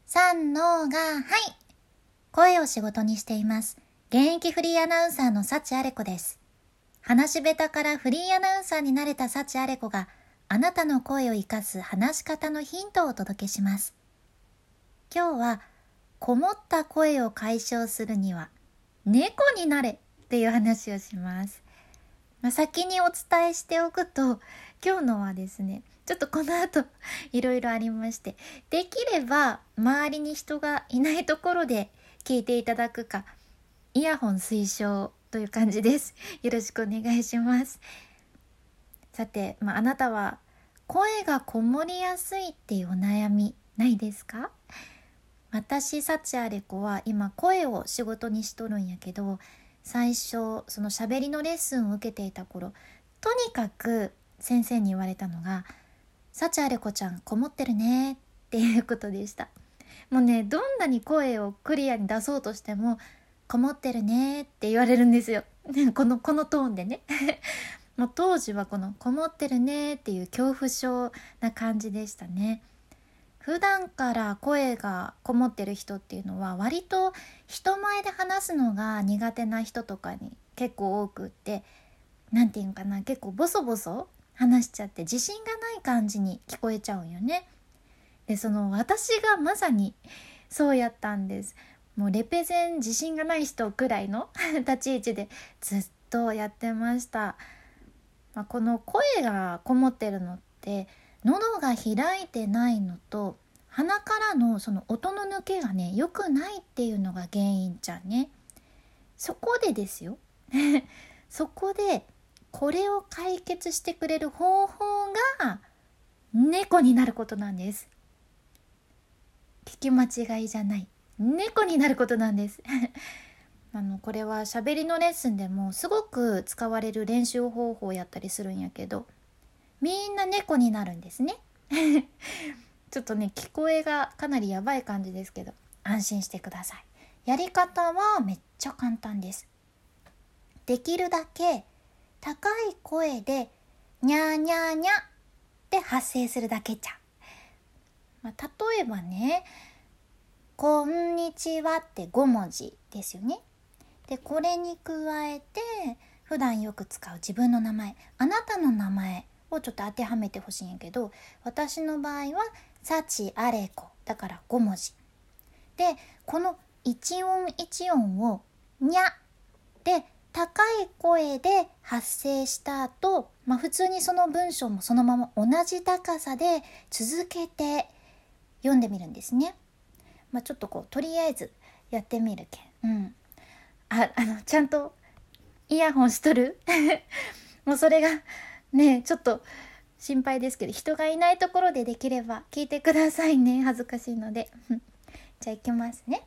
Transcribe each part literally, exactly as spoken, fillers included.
三のが、はい。声を仕事にしています。現役フリーアナウンサーの幸あれ子です。話し下手からフリーアナウンサーになれた幸あれ子が、あなたの声を生かす話し方のヒントをお届けします。今日は、こもった声を解消するには、猫になれっていう話をします。まあ、先にお伝えしておくと、今日のはですね、ちょっとこの後いろいろありまして、できれば周りに人がいないところで聞いていただくか、イヤホン推奨という感じです。よろしくお願いします。さて、まあ、あなたは声がこもりやすいっていうお悩みないですか？私、幸あれ子は今声を仕事にしとるんやけど、最初その喋りのレッスンを受けていた頃、とにかく先生に言われたのが、幸あれ子ちゃんこもってるねっていうことでした。もうね、どんなに声をクリアに出そうとしても、こもってるねって言われるんですよ。このこのトーンでね。もう当時はこのこもってるねっていう恐怖症な感じでしたね。普段から声がこもってる人っていうのは割と人前で話すのが苦手な人とかに結構多くって、なんていうのかな、結構ボソボソ話しちゃって自信がない感じに聞こえちゃうんよね。で、その私がまさにそうやったんです。もうレペゼン自信がない人くらいの立ち位置でずっとやってました。まあ、この声がこもってるのって喉が開いてないのと鼻からのその音の抜けがね良くないっていうのが原因じゃんね。そこでですよそこでこれを解決してくれる方法が猫になることなんです。聞き間違いじゃない、猫になることなんですあのこれは喋りのレッスンでもすごく使われる練習方法をやったりするんやけど、みんな猫になるんですねちょっとね、聞こえがかなりやばい感じですけど、安心してください。やり方はめっちゃ簡単です。できるだけ高い声でにゃーにゃーにゃって発声するだけじゃ、まあ、例えばね、こんにちはってごもじですよね。で、これに加えて普段よく使う自分の名前、あなたの名前をちょっと当てはめてほしいんやけど、私の場合は幸あれ子だからごもじで、この一音一音をにゃで高い声で発声した後、まあ、普通にその文章もそのまま同じ高さで続けて読んでみるんですね。まあ、ちょっとこうとりあえずやってみるけん、うん、ああのちゃんとイヤホンしとるもうそれがねちょっと心配ですけど、人がいないところでできれば聞いてくださいね。恥ずかしいのでじゃあいきますね。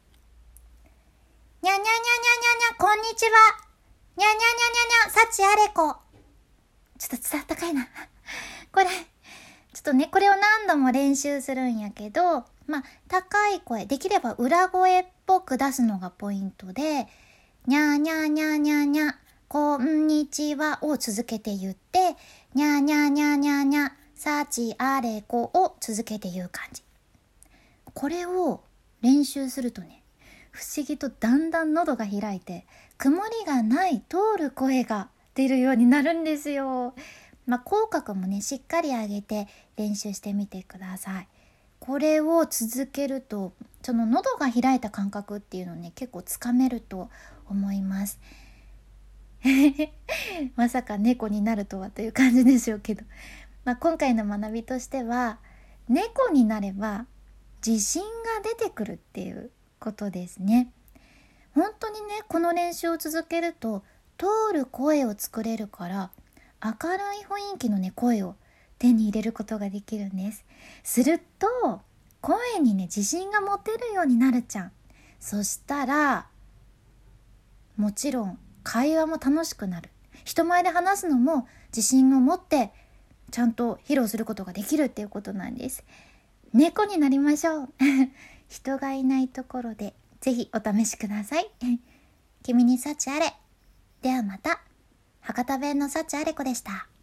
にゃにゃにゃにゃにゃにゃ、こんにちは。にゃにゃにゃにゃにゃ、幸あれ子。ちょっと伝わったかいなこれちょっとね、これを何度も練習するんやけど、まあ高い声、できれば裏声っぽく出すのがポイントで、にゃにゃにゃにゃにゃ、こんにちはを続けて言って、にゃにゃにゃにゃにゃ、幸あれ子を続けて言う感じ。これを練習するとね、不思議とだんだん喉が開いて、曇りがない通る声が出るようになるんですよ。まあ、口角もねしっかり上げて練習してみてください。これを続けると、その喉が開いた感覚っていうのをね結構つかめると思いますまさか猫になるとはという感じでしょうけど、まあ、今回の学びとしては、猫になれば自信が出てくるっていうことですね。本当にね、この練習を続けると通る声を作れるから、明るい雰囲気のね声を手に入れることができるんです。すると声にね自信が持てるようになるじゃん。そしたらもちろん会話も楽しくなる。人前で話すのも自信を持ってちゃんと披露することができるっていうことなんです。猫になりましょう人がいないところでぜひお試しください君に幸あれ。ではまた。博多弁の幸あれ子でした。